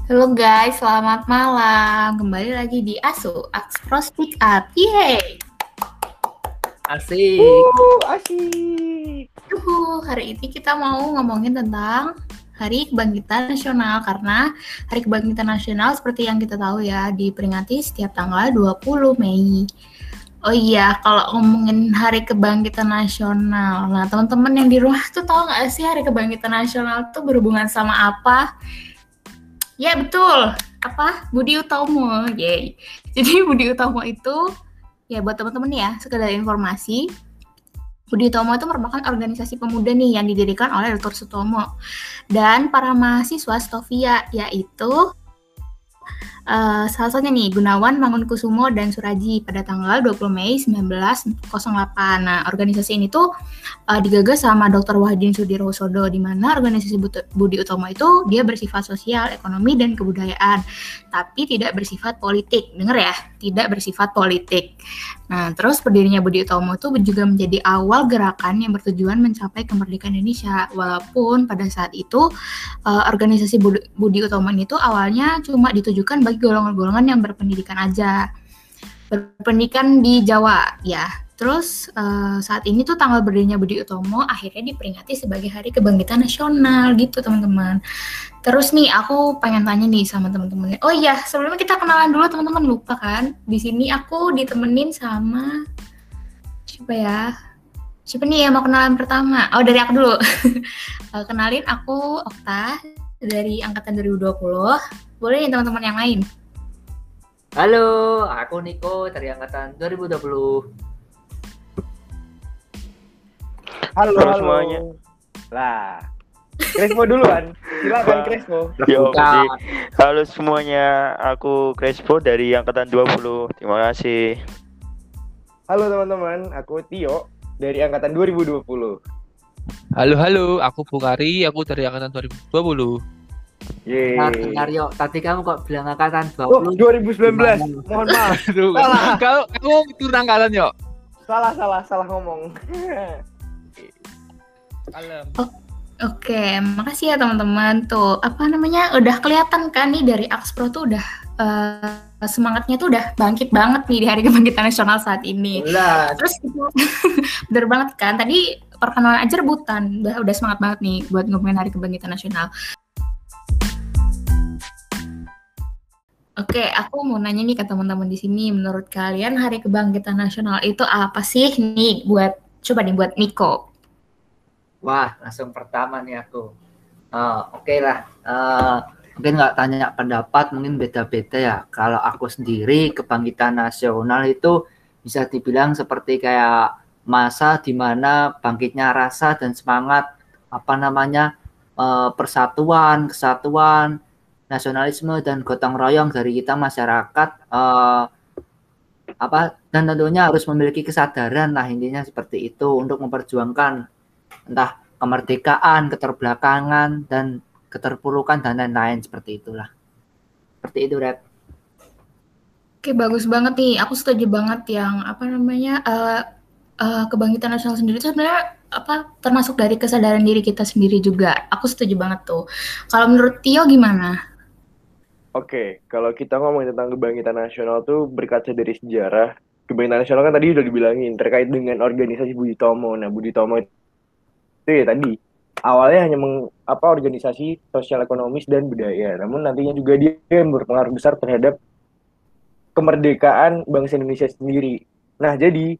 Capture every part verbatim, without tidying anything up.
Halo guys, selamat malam. Kembali lagi di ASU, Axpro Speak Up. Yeay! Asik. Uh, asik. Yuhu, hari ini kita mau ngomongin tentang Hari Kebangkitan Nasional, karena Hari Kebangkitan Nasional seperti yang kita tahu ya, diperingati setiap tanggal dua puluh Mei. Oh iya, kalau ngomongin Hari Kebangkitan Nasional, nah teman-teman yang di rumah tuh tahu nggak sih Hari Kebangkitan Nasional tuh berhubungan sama apa? Ya betul, apa? Budi Utomo, yay. Jadi Budi Utomo itu, ya buat teman-teman ya, sekedar informasi, Budi Utomo itu merupakan organisasi pemuda nih yang didirikan oleh Doktor Sutomo dan para mahasiswa Stovia, yaitu Uh, salah satunya nih Gunawan Mangunkusumo dan Suraji pada tanggal dua puluh Mei seribu sembilan ratus delapan. Nah, organisasi ini tuh uh, digagas sama Doktor Wahidin Sudirohusodo, di mana organisasi Budi Utomo itu dia bersifat sosial, ekonomi, dan kebudayaan, tapi tidak bersifat politik. Dengar ya, tidak bersifat politik. Nah, terus berdirinya Budi Utomo itu juga menjadi awal gerakan yang bertujuan mencapai kemerdekaan Indonesia, walaupun pada saat itu uh, organisasi Budi, Budi Utomo itu awalnya cuma ditujukan bagi golongan-golongan yang berpendidikan aja, berpendidikan di Jawa ya. Terus uh, saat ini tuh tanggal berdirinya Budi Utomo akhirnya diperingati sebagai Hari Kebangkitan Nasional gitu teman-teman. Terus nih aku pengen tanya nih sama teman-teman. Oh iya, sebelumnya kita kenalan dulu teman-teman, lupa kan? Di sini aku ditemenin sama siapa ya? Siapa nih yang mau kenalan pertama? Oh, dari aku dulu. Kenalin, aku Okta dari angkatan dua ribu dua puluh. Boleh nih teman-teman yang lain? Halo, aku Niko dari angkatan dua ribu dua puluh. Halo, Halo halo. semuanya. Lah, Crespo duluan. Silakan Crespo. Yo, jadi, halo semuanya, aku Crespo dari angkatan dua puluh. Terima kasih. Halo teman-teman, aku Tio dari angkatan dua ribu dua puluh. Halo, halo, aku Bukari, aku dari angkatan dua ribu dua puluh. Yeay. Nah, bentar yuk, tadi kamu kok bilang angkatan dua Oh, puluh? dua ribu sembilan belas. Mohon maaf. Salah. Kau, kamu turun angkatan yuk. Salah, salah, salah ngomong. Kalem. Oke, makasih ya teman-teman. Tuh, apa namanya, udah kelihatan kan nih dari Axpro tuh udah uh, semangatnya tuh udah bangkit banget nih di Hari Kebangkitan Nasional saat ini. Lah, Terus bener banget kan, tadi perkenalan aja rebutan, udah, udah semangat banget nih buat ngomongin Hari Kebangkitan Nasional. Oke, aku mau nanya nih ke teman-teman di sini, menurut kalian Hari Kebangkitan Nasional itu apa sih nih? Buat coba nih buat Niko. wah, langsung pertama nih aku. Uh, Oke okay lah, uh, mungkin nggak tanya pendapat, mungkin beda-beda ya. Kalau aku sendiri, kebangkitan nasional itu bisa dibilang seperti kayak masa di mana bangkitnya rasa dan semangat apa namanya uh, persatuan, kesatuan, nasionalisme dan gotong royong dari kita masyarakat, uh, apa dan tentunya harus memiliki kesadaran lah, intinya seperti itu, untuk memperjuangkan entah kemerdekaan, keterbelakangan, dan keterpurukan dan lain-lain, seperti itulah. Seperti itu, Red. Oke, bagus banget nih. Aku setuju banget yang apa namanya uh, uh, kebangkitan nasional sendiri itu sebenarnya apa termasuk dari kesadaran diri kita sendiri juga. Aku setuju banget tuh. Kalau menurut Tio gimana? Oke, kalau kita ngomongin tentang kebangkitan nasional tuh berkaca dari sejarah. Kebangkitan nasional kan tadi udah dibilangin terkait dengan organisasi Budi Utomo. Nah, Budi Utomo itu ya tadi awalnya hanya meng, apa organisasi sosial ekonomis dan budaya, namun nantinya juga dia berpengaruh besar terhadap kemerdekaan bangsa Indonesia sendiri. Nah, jadi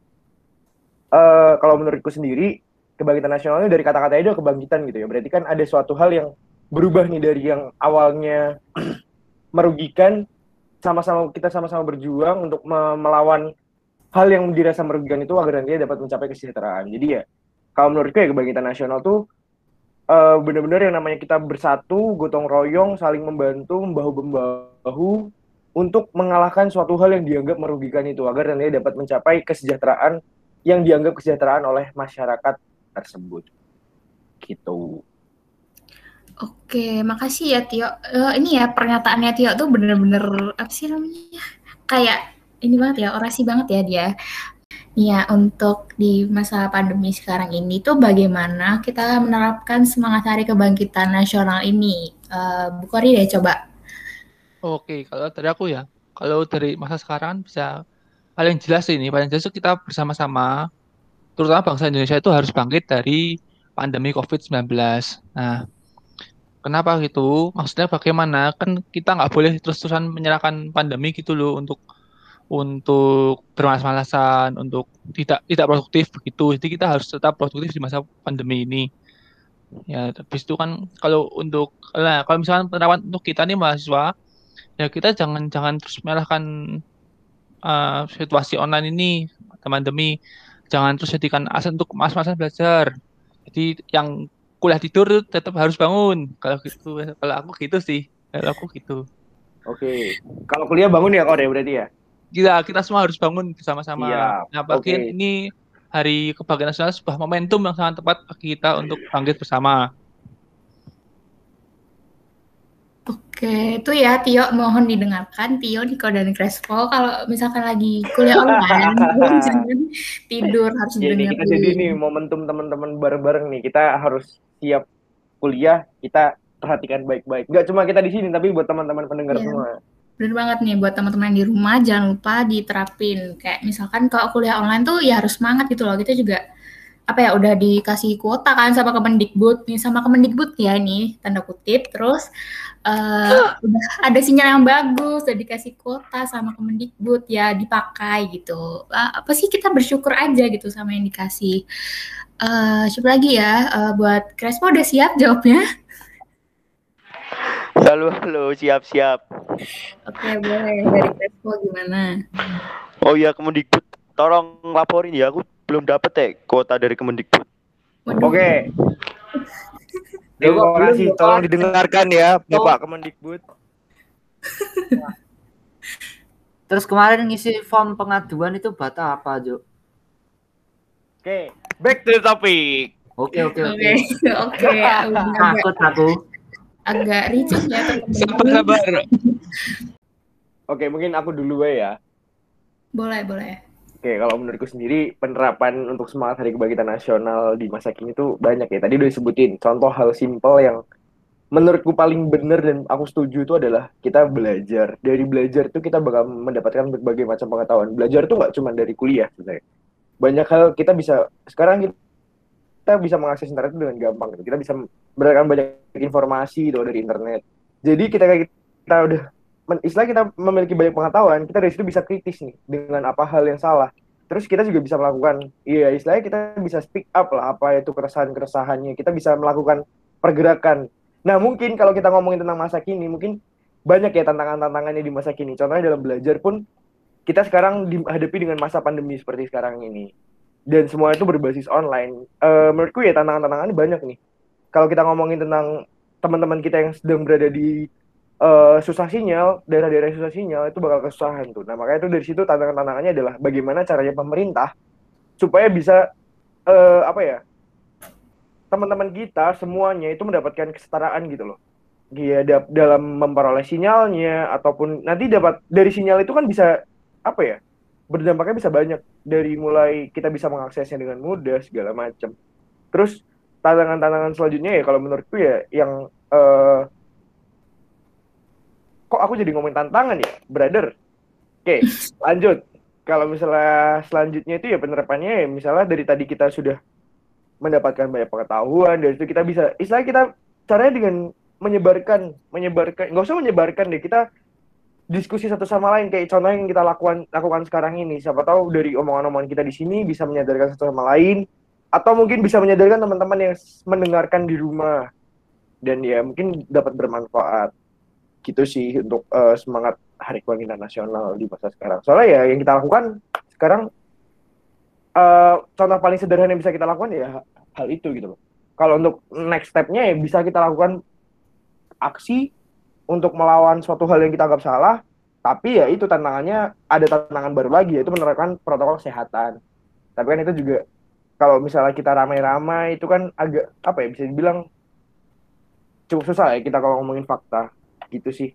uh, kalau menurutku sendiri kebangkitan nasionalnya dari kata-kata itu kebangkitan gitu ya. Berarti kan ada suatu hal yang berubah nih dari yang awalnya merugikan, sama-sama kita sama-sama berjuang untuk me- melawan hal yang dirasa merugikan itu agar nantinya dapat mencapai kesejahteraan. Jadi ya kalau menurutku ya kebangkitan nasional tuh uh, benar-benar yang namanya kita bersatu, gotong royong, saling membantu, membahu-membahu untuk mengalahkan suatu hal yang dianggap merugikan itu agar nantinya dapat mencapai kesejahteraan yang dianggap kesejahteraan oleh masyarakat tersebut. Gitu. Oke, makasih ya Tio. Uh, ini ya pernyataannya Tio tuh bener-bener apa sih namanya? Kayak ini banget ya, orasi banget ya dia. Ya, untuk di masa pandemi sekarang ini tuh bagaimana kita menerapkan semangat Hari Kebangkitan Nasional ini? Uh, Bu Kori deh coba. Oke, kalau dari aku ya, kalau dari masa sekarang bisa paling jelas ini, paling jelas itu kita bersama-sama, terutama bangsa Indonesia itu harus bangkit dari pandemi covid sembilan belas. Nah, kenapa gitu? Maksudnya bagaimana? Kan kita nggak boleh terus-terusan menyalahkan pandemi gitu loh untuk untuk bermalas-malasan, untuk tidak tidak produktif begitu. Jadi kita harus tetap produktif di masa pandemi ini. Ya, habis itu kan kalau untuk nah, kalau misalkan penerapan untuk kita nih mahasiswa, ya kita jangan jangan terus menyalahkan uh, situasi online ini, pandemi. Jangan terus jadikan alasan untuk mas-masan belajar. Jadi yang kuliah tidur tetap harus bangun. Kalau gitu, kalau aku gitu sih. Kalau aku gitu. Oke. Kalau kuliah bangun ya kok ya berarti ya? Kita kita semua harus bangun bersama-sama. Siap. Nah, bagian Oke. ini Hari Kebangkitan Nasional sebuah momentum yang sangat tepat bagi kita untuk bangkit bersama. Oke, itu ya Tio mohon didengarkan. Tio, Niko, dan Crespo kalau misalkan lagi kuliah online, jangan tidur, harus Ya, ini kita jadi dengerin. nih momentum teman-teman bareng-bareng nih. Kita harus siap kuliah, kita perhatikan baik-baik. Nggak cuma kita di sini, tapi buat teman-teman pendengar Iya. semua. Bener banget nih buat teman-teman yang di rumah, jangan lupa diterapin. Kayak misalkan kalau kuliah online tuh ya harus semangat gitu loh. Kita juga apa ya udah dikasih kuota kan sama Kemendikbud nih, sama Kemendikbud ya nih tanda kutip. Terus uh, udah ada sinyal yang bagus, udah dikasih kuota sama Kemendikbud ya dipakai gitu. Uh, apa sih kita bersyukur aja gitu sama yang dikasih. Uh, siapa lagi ya uh, buat Crespo udah siap jawabnya? Halo, halo, siap-siap. Oke, boleh. Dari Crespo gimana? Oh iya, Kemendikbud, tolong laporin ya, aku belum dapet ya kuota dari Kemendikbud. Waduh. Oke. Terima kasih, tolong didengarkan ya Bapak Kemendikbud. Terus kemarin ngisi form pengaduan itu buat apa, Jo? Oke, back to the topic. Oke, oke, oke. Oke, oke. Agak, Takut aku. agak ricuh ya teman-teman. Sabar-sabar. Oke, mungkin aku dulu ya. Boleh, boleh. Oke, kalau menurutku sendiri penerapan untuk semangat Hari Kebangkitan Nasional di masa kini tuh banyak ya. Tadi udah disebutin contoh hal simpel yang menurutku paling benar dan aku setuju itu adalah kita belajar. Dari belajar tuh kita bakal mendapatkan berbagai macam pengetahuan. Belajar tuh nggak cuma dari kuliah sebenarnya. Banyak hal kita bisa sekarang kita bisa mengakses internet itu dengan gampang. Kita bisa mendapatkan banyak informasi tuh dari internet. Jadi kita kita udah istilah kita memiliki banyak pengetahuan, kita dari situ bisa kritis nih dengan apa hal yang salah. Terus kita juga bisa melakukan, iya istilahnya kita bisa speak up lah apa itu keresahan-keresahannya. Kita bisa melakukan pergerakan. Nah mungkin kalau kita ngomongin tentang masa kini, mungkin banyak ya tantangan-tantangannya di masa kini. Contohnya dalam belajar pun kita sekarang dihadapi dengan masa pandemi seperti sekarang ini. Dan semua itu berbasis online. Uh, menurutku ya tantangan-tantangannya banyak nih. Kalau kita ngomongin tentang teman-teman kita yang sedang berada di Uh, susah sinyal, daerah-daerah susah sinyal itu bakal kesusahan tuh. Nah makanya itu dari situ tantangan-tantangannya adalah bagaimana caranya pemerintah supaya bisa uh, apa ya teman-teman kita semuanya itu mendapatkan kesetaraan gitu loh. Dia da- dalam memperoleh sinyalnya ataupun nanti dapat dari sinyal itu kan bisa apa ya berdampaknya bisa banyak dari mulai kita bisa mengaksesnya dengan mudah segala macam. Terus tantangan-tantangan selanjutnya ya kalau menurutku ya yang uh, kok aku jadi ngomongin tantangan ya, brother? Oke, lanjut. Kalau misalnya selanjutnya itu ya penerapannya ya misalnya dari tadi kita sudah mendapatkan banyak pengetahuan, dari itu kita bisa, istilahnya kita caranya dengan menyebarkan, menyebarkan, nggak usah menyebarkan deh, kita diskusi satu sama lain, kayak contoh yang kita lakukan lakukan sekarang ini. Siapa tahu dari omongan-omongan kita di sini bisa menyadarkan satu sama lain, atau mungkin bisa menyadarkan teman-teman yang mendengarkan di rumah, dan ya mungkin dapat bermanfaat. Gitu sih untuk uh, semangat Hari Kebangkitan Nasional di masa sekarang. Soalnya ya yang kita lakukan sekarang uh, contoh paling sederhana yang bisa kita lakukan ya hal itu gitu loh. Kalau untuk next step-nya ya bisa kita lakukan aksi untuk melawan suatu hal yang kita anggap salah, tapi ya itu tantangannya ada tantangan baru lagi yaitu menerapkan protokol kesehatan. Tapi kan itu juga kalau misalnya kita ramai-ramai itu kan agak apa ya bisa dibilang cukup susah ya kita kalau ngomongin fakta. Gitu sih.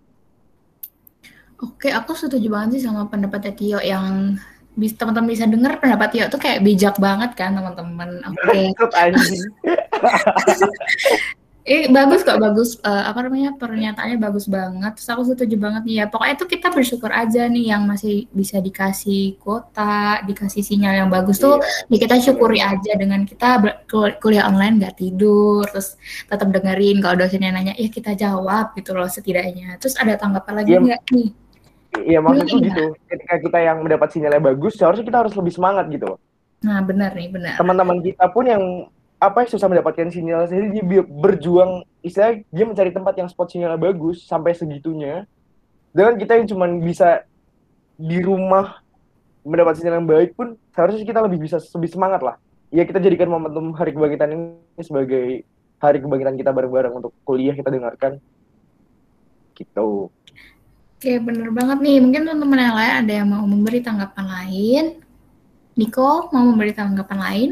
Oke, aku setuju banget sih sama pendapatnya Tio yang bisa teman-teman bisa dengar pendapat Tio tuh kayak bijak banget kan teman-teman. Oke. Eh bagus kok, bagus eh, apa namanya pernyataannya bagus banget. Terus aku setuju banget nih ya. Pokoknya itu kita bersyukur aja nih yang masih bisa dikasih kuota, dikasih sinyal yang bagus tuh. Iya, Ya kita syukuri benar-benar. aja dengan kita ber- kul- kuliah online nggak tidur, terus tetap dengerin kalau dosennya nanya, ya kita jawab gitu loh setidaknya. Terus ada tanggapan lagi Iya, nggak nih? iya Gimana maksudku gimana? gitu. Ketika kita yang mendapat sinyalnya bagus, seharusnya kita harus lebih semangat gitu. Nah benar nih benar. Teman-teman kita pun yang apa susah mendapatkan sinyal sendiri, dia bi- berjuang, istilahnya dia mencari tempat yang spot sinyalnya bagus sampai segitunya. Dengan kita yang cuma bisa di rumah mendapat sinyal yang baik pun, seharusnya kita lebih bisa lebih semangat lah. Ya kita jadikan momentum Hari Kebangkitan ini sebagai hari kebangkitan kita bareng-bareng untuk kuliah, kita dengarkan gitu. Oke benar banget nih. Mungkin teman-teman yang lain ada yang mau memberi tanggapan lain. Niko mau memberi tanggapan lain?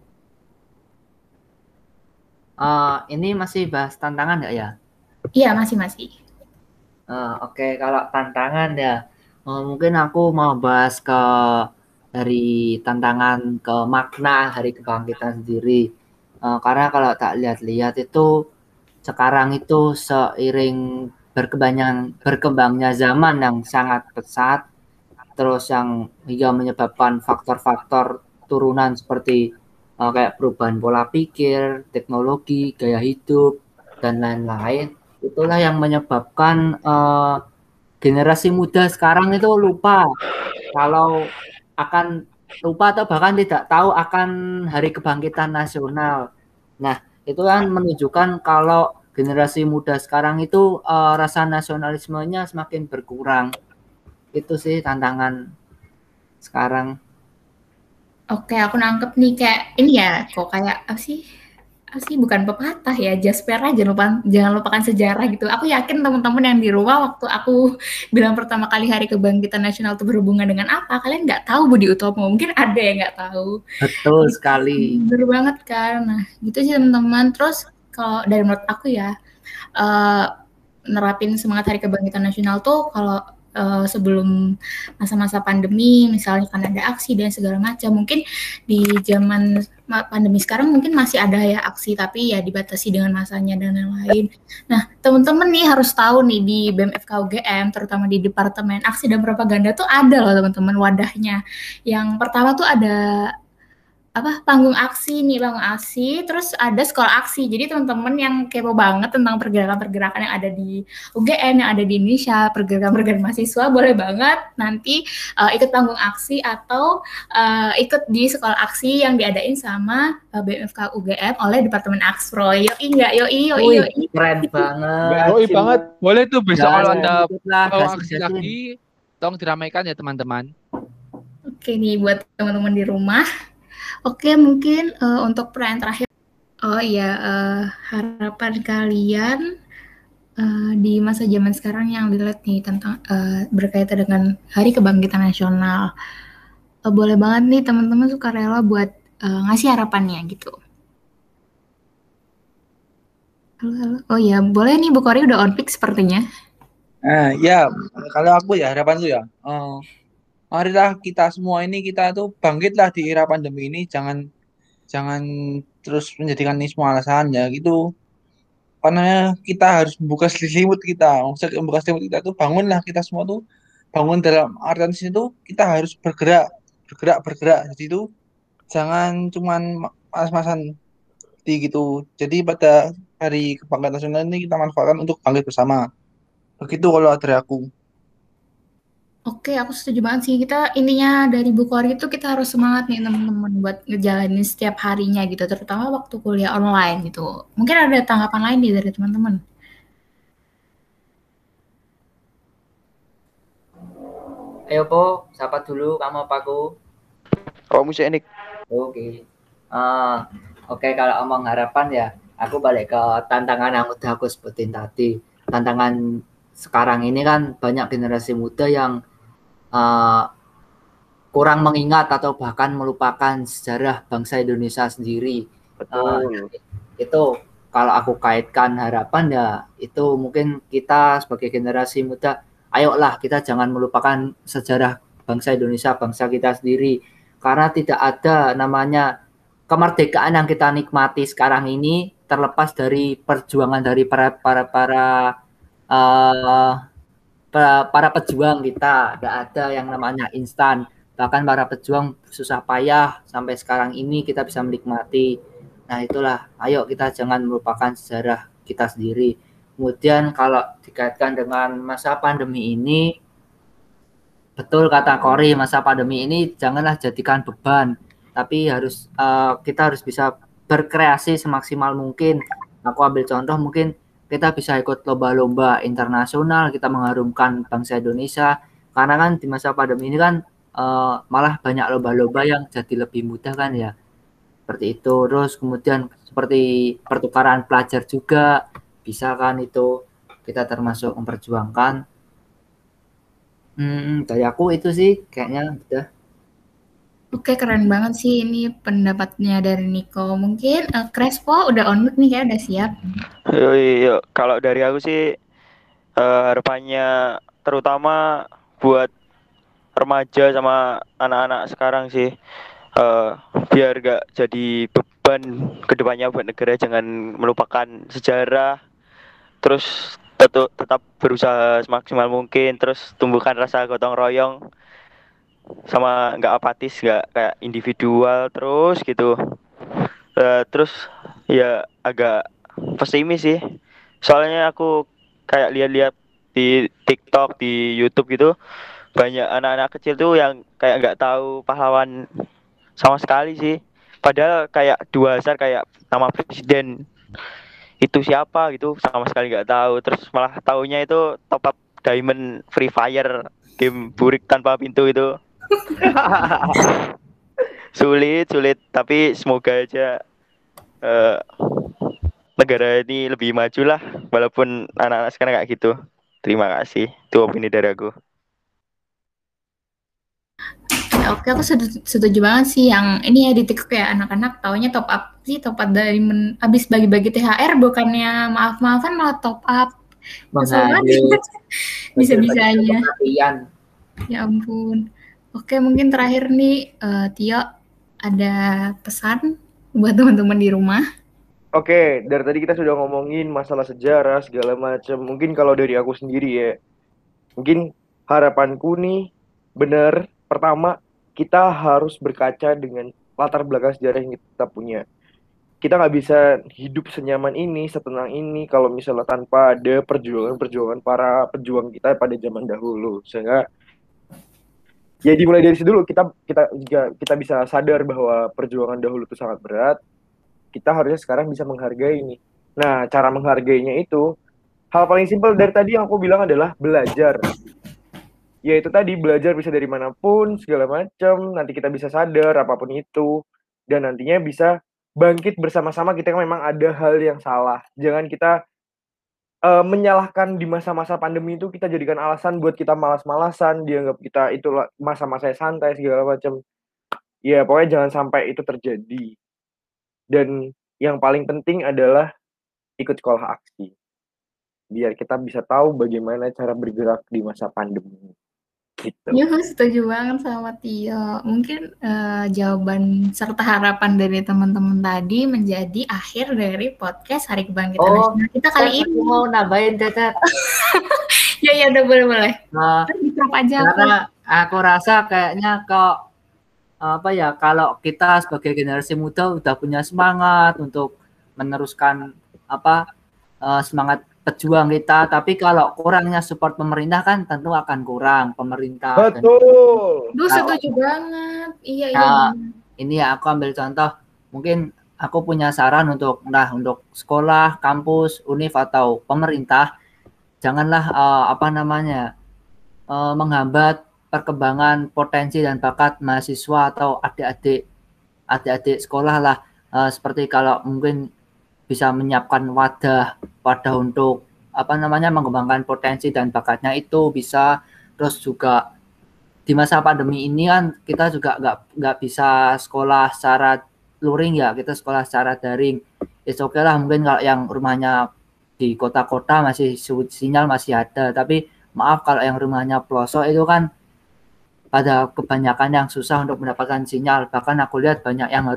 Eh, ini masih bahas tantangan nggak ya? Iya masih masih. Eh, Oke, kalau tantangan ya, eh, mungkin aku mau bahas ke dari tantangan ke makna Hari Kebangkitan sendiri. Eh, karena kalau tak lihat-lihat itu sekarang itu seiring berkembangnya berkembangnya zaman yang sangat pesat, terus yang hingga menyebabkan faktor-faktor turunan seperti eh, kayak perubahan pola pikir, teknologi, gaya hidup, dan lain-lain. Itulah yang menyebabkan eh, generasi muda sekarang itu lupa kalau akan lupa atau bahkan tidak tahu akan Hari Kebangkitan Nasional. Nah, itu kan menunjukkan kalau generasi muda sekarang itu eh, rasa nasionalismenya semakin berkurang. Itu sih tantangan sekarang. Oke, aku nangkep nih kayak ini ya, kok kayak apa sih? Apa sih bukan pepatah ya, Jaspera jangan lupa jangan lupakan sejarah gitu. Aku yakin teman-teman yang di rumah waktu aku bilang pertama kali Hari Kebangkitan Nasional itu berhubungan dengan apa, kalian nggak tahu Budi Utomo. Mungkin ada yang nggak tahu. Betul Gitu. sekali. Bener banget kan. Nah, gitu sih teman-teman. Terus kalau dari menurut aku ya, uh, nerapin semangat Hari Kebangkitan Nasional tuh kalau uh, sebelum masa-masa pandemi, misalnya kan ada aksi dan segala macam. Mungkin di zaman pandemi sekarang mungkin masih ada ya aksi, tapi ya dibatasi dengan masanya dan lain-lain. Nah, teman-teman nih harus tahu nih di B M F K U G M, terutama di Departemen Aksi dan Propaganda tuh ada loh teman-teman wadahnya. Yang pertama tuh ada apa panggung aksi nih panggung aksi terus ada sekolah aksi jadi teman-teman yang kepo banget tentang pergerakan-pergerakan yang ada di U G M yang ada di Indonesia pergerakan-pergerakan mahasiswa boleh banget nanti uh, ikut panggung aksi atau uh, ikut di sekolah aksi yang diadain sama uh, B M F K U G M oleh Departemen Akspro yoi enggak yoi yoi Wih, yoi keren banget. Yoi banget. Boleh tuh besok Dan kalau Anda ikutlah mau aksi gasin-gasin. lagi, tolong diramaikan ya teman-teman. oke nih buat teman-teman di rumah. Oke, mungkin uh, untuk pertanyaan terakhir. Oh iya, uh, harapan kalian uh, di masa zaman sekarang yang dilihat nih tentang uh, berkaitan dengan Hari Kebangkitan Nasional. Uh, boleh banget nih teman-teman sukarela buat uh, ngasih harapannya gitu. Halo, halo. Oh iya, boleh nih Bu Kori udah on pick sepertinya. Nah, ya, kalau aku ya harapan tuh ya, eh, marilah kita semua ini kita tuh bangkitlah di era pandemi ini, jangan jangan terus menjadikan ini semua alasan ya gitu. Karena kita harus membuka selimut kita, maksudnya membuka selimut kita tuh bangunlah kita semua tuh bangun dalam artian sini tuh kita harus bergerak, bergerak, bergerak. Jadi itu jangan cuman mas-masan di gitu. Jadi pada hari kebangkitan nasional ini kita manfaatkan untuk bangkit bersama. Begitu kalau dari aku. Oke, aku setuju banget sih. Kita intinya dari Bu Kori itu kita harus semangat nih teman-teman buat ngejalanin setiap harinya gitu, terutama waktu kuliah online gitu. Mungkin ada tanggapan lain nih dari teman-teman. Ayo Po, siapa dulu kamu apa aku? Kamu sih Nick. Oke. Ah, oke kalau omong harapan ya, aku balik ke tantangan yang udah aku sebutin tadi. Tantangan sekarang ini kan banyak generasi muda yang uh, kurang mengingat atau bahkan melupakan sejarah bangsa Indonesia sendiri. Uh, Betul. itu kalau aku kaitkan harapan ya, itu mungkin kita sebagai generasi muda, ayolah kita jangan melupakan sejarah bangsa Indonesia, bangsa kita sendiri. Karena tidak ada namanya kemerdekaan yang kita nikmati sekarang ini terlepas dari perjuangan dari para para para uh, para, para pejuang kita. Tidak ada yang namanya instan. Bahkan para pejuang susah payah sampai sekarang ini kita bisa menikmati. Nah itulah, ayo kita jangan melupakan sejarah kita sendiri. Kemudian kalau dikaitkan dengan masa pandemi ini, betul kata Kori, masa pandemi ini janganlah jadikan beban, tapi harus uh, kita harus bisa berkreasi semaksimal mungkin. Aku ambil contoh, mungkin kita bisa ikut lomba-lomba internasional, kita mengharumkan bangsa Indonesia, karena kan di masa pandemi ini kan uh, malah banyak lomba-lomba yang jadi lebih mudah kan ya, seperti itu. Terus kemudian seperti pertukaran pelajar juga bisa kan, itu kita termasuk memperjuangkan. Hmm, dari aku itu sih kayaknya udah. Oke, keren banget sih ini pendapatnya dari Nico. Mungkin uh, Crespo udah on mic nih, kayak udah siap. Yo, yo. Kalau dari aku sih uh, harapannya terutama buat remaja sama anak-anak sekarang sih, uh, biar gak jadi beban kedepannya buat negara, jangan melupakan sejarah, terus tetap tetap berusaha semaksimal mungkin, terus tumbuhkan rasa gotong royong sama nggak apatis, nggak kayak individual terus gitu. Uh, terus ya agak pesimis sih, soalnya aku kayak lihat-lihat di TikTok, di YouTube gitu, banyak anak-anak kecil tuh yang kayak nggak tahu pahlawan sama sekali sih, padahal kayak dua dasar kayak nama presiden itu siapa gitu sama sekali nggak tahu, terus malah taunya itu top up diamond Free Fire, game burik tanpa pintu itu. sulit sulit tapi semoga aja uh, negara ini lebih maju lah, walaupun anak-anak sekarang kayak gitu. Terima kasih, itu opini dari aku. Oke, aku setuju, setuju banget sih yang ini ya di TikTok ya, anak-anak taunya top up sih, top up dari men, abis bagi-bagi T H R bukannya maaf-maafan malah top up. Kesel banget. Bisa-bisanya. Ya ampun. Oke, mungkin terakhir nih uh, Tio ada pesan buat teman-teman di rumah. Oke, dari tadi kita sudah ngomongin masalah sejarah segala macam. Mungkin kalau dari aku sendiri ya, mungkin harapanku nih benar, pertama kita harus berkaca dengan latar belakang sejarah yang kita punya. Kita nggak bisa hidup senyaman ini, setenang ini kalau misalnya tanpa ada perjuangan-perjuangan para pejuang kita pada zaman dahulu. Sehingga ya dimulai dari situ dulu, kita kita jika kita bisa sadar bahwa perjuangan dahulu itu sangat berat, kita harusnya sekarang bisa menghargai ini. Nah, cara menghargainya itu hal paling simpel dari tadi yang aku bilang adalah belajar. Yaitu tadi belajar bisa dari manapun segala macam, nanti kita bisa sadar apapun itu, dan nantinya bisa bangkit bersama-sama. Kita memang ada hal yang salah, jangan kita uh, menyalahkan di masa-masa pandemi itu, kita jadikan alasan buat kita malas-malasan, dianggap kita itu masa-masa santai segala macam. Ya pokoknya jangan sampai itu terjadi. Dan yang paling penting adalah ikut sekolah aksi, biar kita bisa tahu bagaimana cara bergerak di masa pandemi. Gitu. Ya, setuju banget sama Tio. Mungkin uh, jawaban serta harapan dari teman-teman tadi menjadi akhir dari podcast Hari Kebangkitan oh, Nasional kita kali ini. Mau nambahin, Tetet. ya ya udah boleh boleh. Nah, aja karena aku rasa kayaknya kok apa ya, kalau kita sebagai generasi muda udah punya semangat untuk meneruskan apa uh, semangat pejuang kita, tapi kalau kurangnya support pemerintah kan tentu akan kurang pemerintah. Betul. Duh, setuju banget. Iya iya. Nah, ini ya aku ambil contoh, mungkin aku punya saran untuk nah untuk sekolah, kampus, univ atau pemerintah, janganlah uh, apa namanya uh, menghambat perkembangan potensi dan bakat mahasiswa atau adik-adik adik-adik sekolah lah, uh, seperti kalau mungkin bisa menyiapkan wadah wadah untuk apa namanya mengembangkan potensi dan bakatnya itu bisa. Terus juga di masa pandemi ini kan kita juga nggak nggak bisa sekolah secara luring ya, kita sekolah secara daring. It's okay lah, mungkin kalau yang rumahnya di kota-kota masih sinyal masih ada, tapi maaf kalau yang rumahnya pelosok itu kan pada kebanyakan yang susah untuk mendapatkan sinyal. Bahkan aku lihat banyak yang harus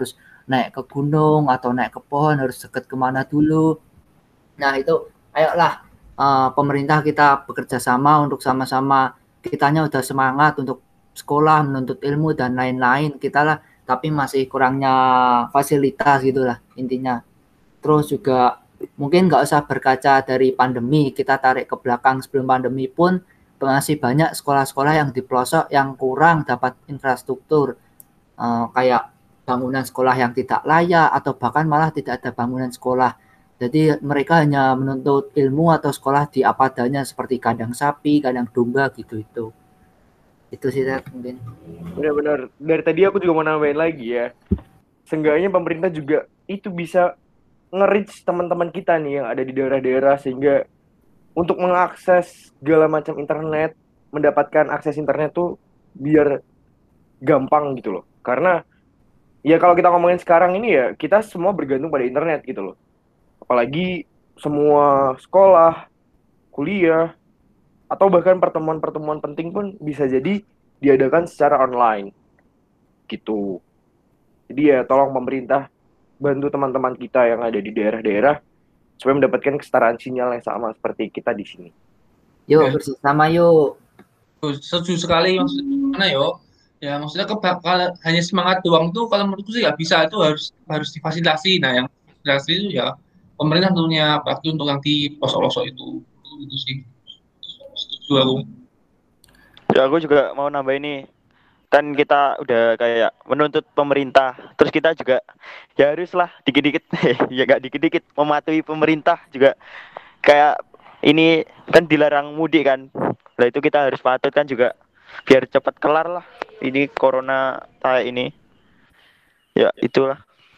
naik ke gunung atau naik ke pohon harus dekat kemana dulu. Nah itu ayolah uh, pemerintah kita bekerja sama untuk sama-sama, kitanya udah semangat untuk sekolah, menuntut ilmu dan lain-lain, kita lah tapi masih kurangnya fasilitas gitulah intinya. Terus juga mungkin nggak usah berkaca dari pandemi, kita tarik ke belakang sebelum pandemi pun masih banyak sekolah-sekolah yang di pelosok yang kurang dapat infrastruktur, uh, kayak bangunan sekolah yang tidak layak atau bahkan malah tidak ada bangunan sekolah. Jadi mereka hanya menuntut ilmu atau sekolah di apa adanya seperti kandang sapi, kandang domba gitu itu. Itu sih Ted, mungkin. Benar-benar. Dari tadi aku juga mau nambahin lagi ya. Seenggaknya pemerintah juga itu bisa nge-reach teman-teman kita nih yang ada di daerah-daerah sehingga untuk mengakses segala macam internet, mendapatkan akses internet tuh biar gampang gitu loh. Karena ya kalau kita ngomongin sekarang ini ya kita semua bergantung pada internet gitu loh. Apalagi semua sekolah, kuliah, atau bahkan pertemuan-pertemuan penting pun bisa jadi diadakan secara online gitu. Jadi ya tolong pemerintah bantu teman-teman kita yang ada di daerah-daerah supaya mendapatkan kesetaraan sinyal yang sama seperti kita di sini. Yuk Ya. bersama yuk. Setuju sekali maksudnya mana yo? Ya maksudnya keba- kalau hanya semangat doang tuh kalau menurutku sih nggak bisa, itu harus harus difasilitasi. Nah yang fasilitasi itu ya pemerintah tentunya, apalagi untuk yang di pelosok-pelosok itu itu sih. Setuju aku. Ya aku juga mau nambah ini. Kan kita udah kayak menuntut pemerintah, terus kita juga ya haruslah dikit-dikit ya gak dikit-dikit mematuhi pemerintah juga. Kayak ini kan dilarang mudik kan, lah itu kita harus patuh kan juga biar cepat kelar lah ini corona kayak ini. Ya itulah.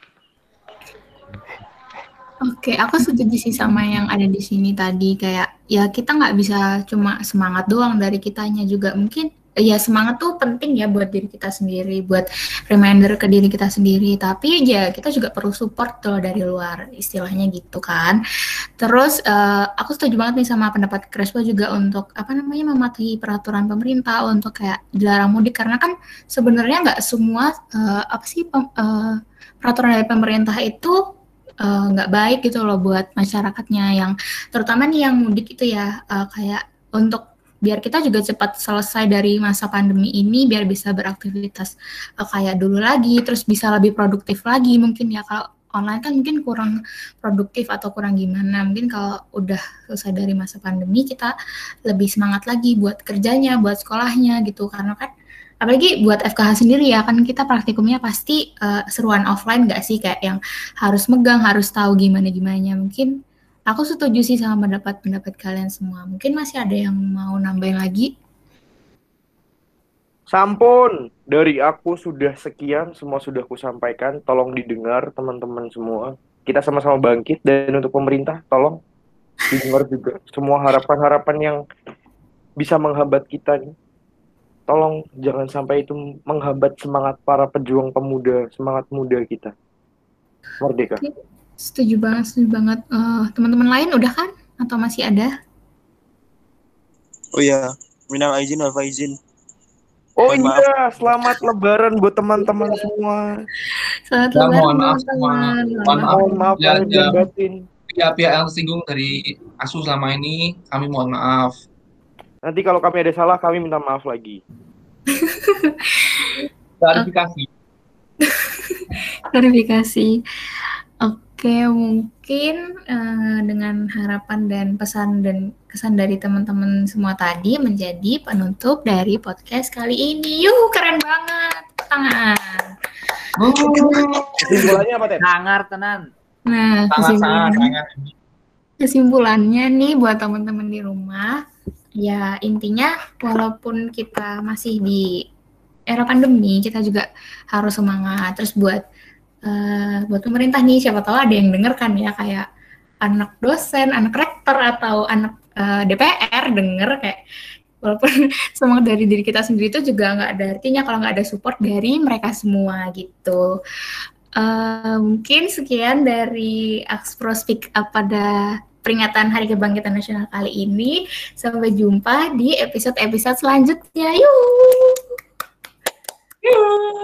Oke, aku setuju sih sama yang ada di sini tadi, kayak ya kita nggak bisa cuma semangat doang dari kitanya juga, mungkin ya semangat tuh penting ya buat diri kita sendiri, buat reminder ke diri kita sendiri, tapi ya kita juga perlu support tuh dari luar, istilahnya gitu kan. Terus uh, aku setuju banget nih sama pendapat Crespo juga untuk apa namanya mematuhi peraturan pemerintah untuk kayak dilarang mudik, karena kan sebenarnya nggak semua uh, apa sih pem, uh, peraturan dari pemerintah itu nggak uh, baik gitu loh buat masyarakatnya, yang terutama nih yang mudik itu ya, uh, kayak untuk biar kita juga cepat selesai dari masa pandemi ini, biar bisa beraktivitas uh, kayak dulu lagi, terus bisa lebih produktif lagi mungkin ya. Kalau online kan mungkin kurang produktif atau kurang gimana, mungkin kalau udah selesai dari masa pandemi kita lebih semangat lagi buat kerjanya, buat sekolahnya gitu, karena kan apalagi buat F K H sendiri ya kan kita praktikumnya pasti uh, seruan offline nggak sih, kayak yang harus megang, harus tahu gimana-gimananya. Mungkin aku setuju sih sama pendapat-pendapat kalian semua. Mungkin masih ada yang mau nambahin lagi? Sampun, dari aku sudah sekian, semua sudah aku sampaikan. Tolong didengar teman-teman semua. Kita sama-sama bangkit, dan untuk pemerintah tolong didengar juga semua harapan-harapan yang bisa menghambat kita nih. Tolong jangan sampai itu menghambat semangat para pejuang pemuda, semangat muda kita. Merdeka. Oke, setuju banget, setuju banget. Uh, teman-teman lain udah kan? Atau masih ada? Oh iya, minal aizin wal faizin. Oh Mohon maaf. iya, selamat lebaran buat teman-teman semua. Selamat Ya, lebaran mohon maaf teman-teman. semua. Mohon maaf. Mohon maaf Ya, lahir dan ya. batin. Pihak-pihak yang tersinggung dari Asu selama ini, kami mohon maaf. Nanti kalau kami ada salah, kami minta maaf lagi. Klarifikasi. Klarifikasi. Oke, mungkin uh, dengan harapan dan pesan dan kesan dari teman-teman semua tadi menjadi penutup dari podcast kali ini. Yuh, keren banget. Tangan. Kesimpulannya apa, Ted? Sangar tenan. Nah, Sangat-sangat. kesimpulannya, kesimpulannya nih buat teman-teman di rumah, ya intinya walaupun kita masih di era pandemi, kita juga harus semangat. Terus buat uh, buat pemerintah nih, siapa tahu ada yang denger kan ya, kayak anak dosen, anak rektor atau anak uh, D P R denger, kayak walaupun semangat dari diri kita sendiri itu juga nggak ada artinya kalau nggak ada support dari mereka semua gitu. Uh, mungkin sekian dari Axpro Speak Up pada peringatan Hari Kebangkitan Nasional kali ini. Sampai jumpa di episode-episode selanjutnya. Yuk! Yuk!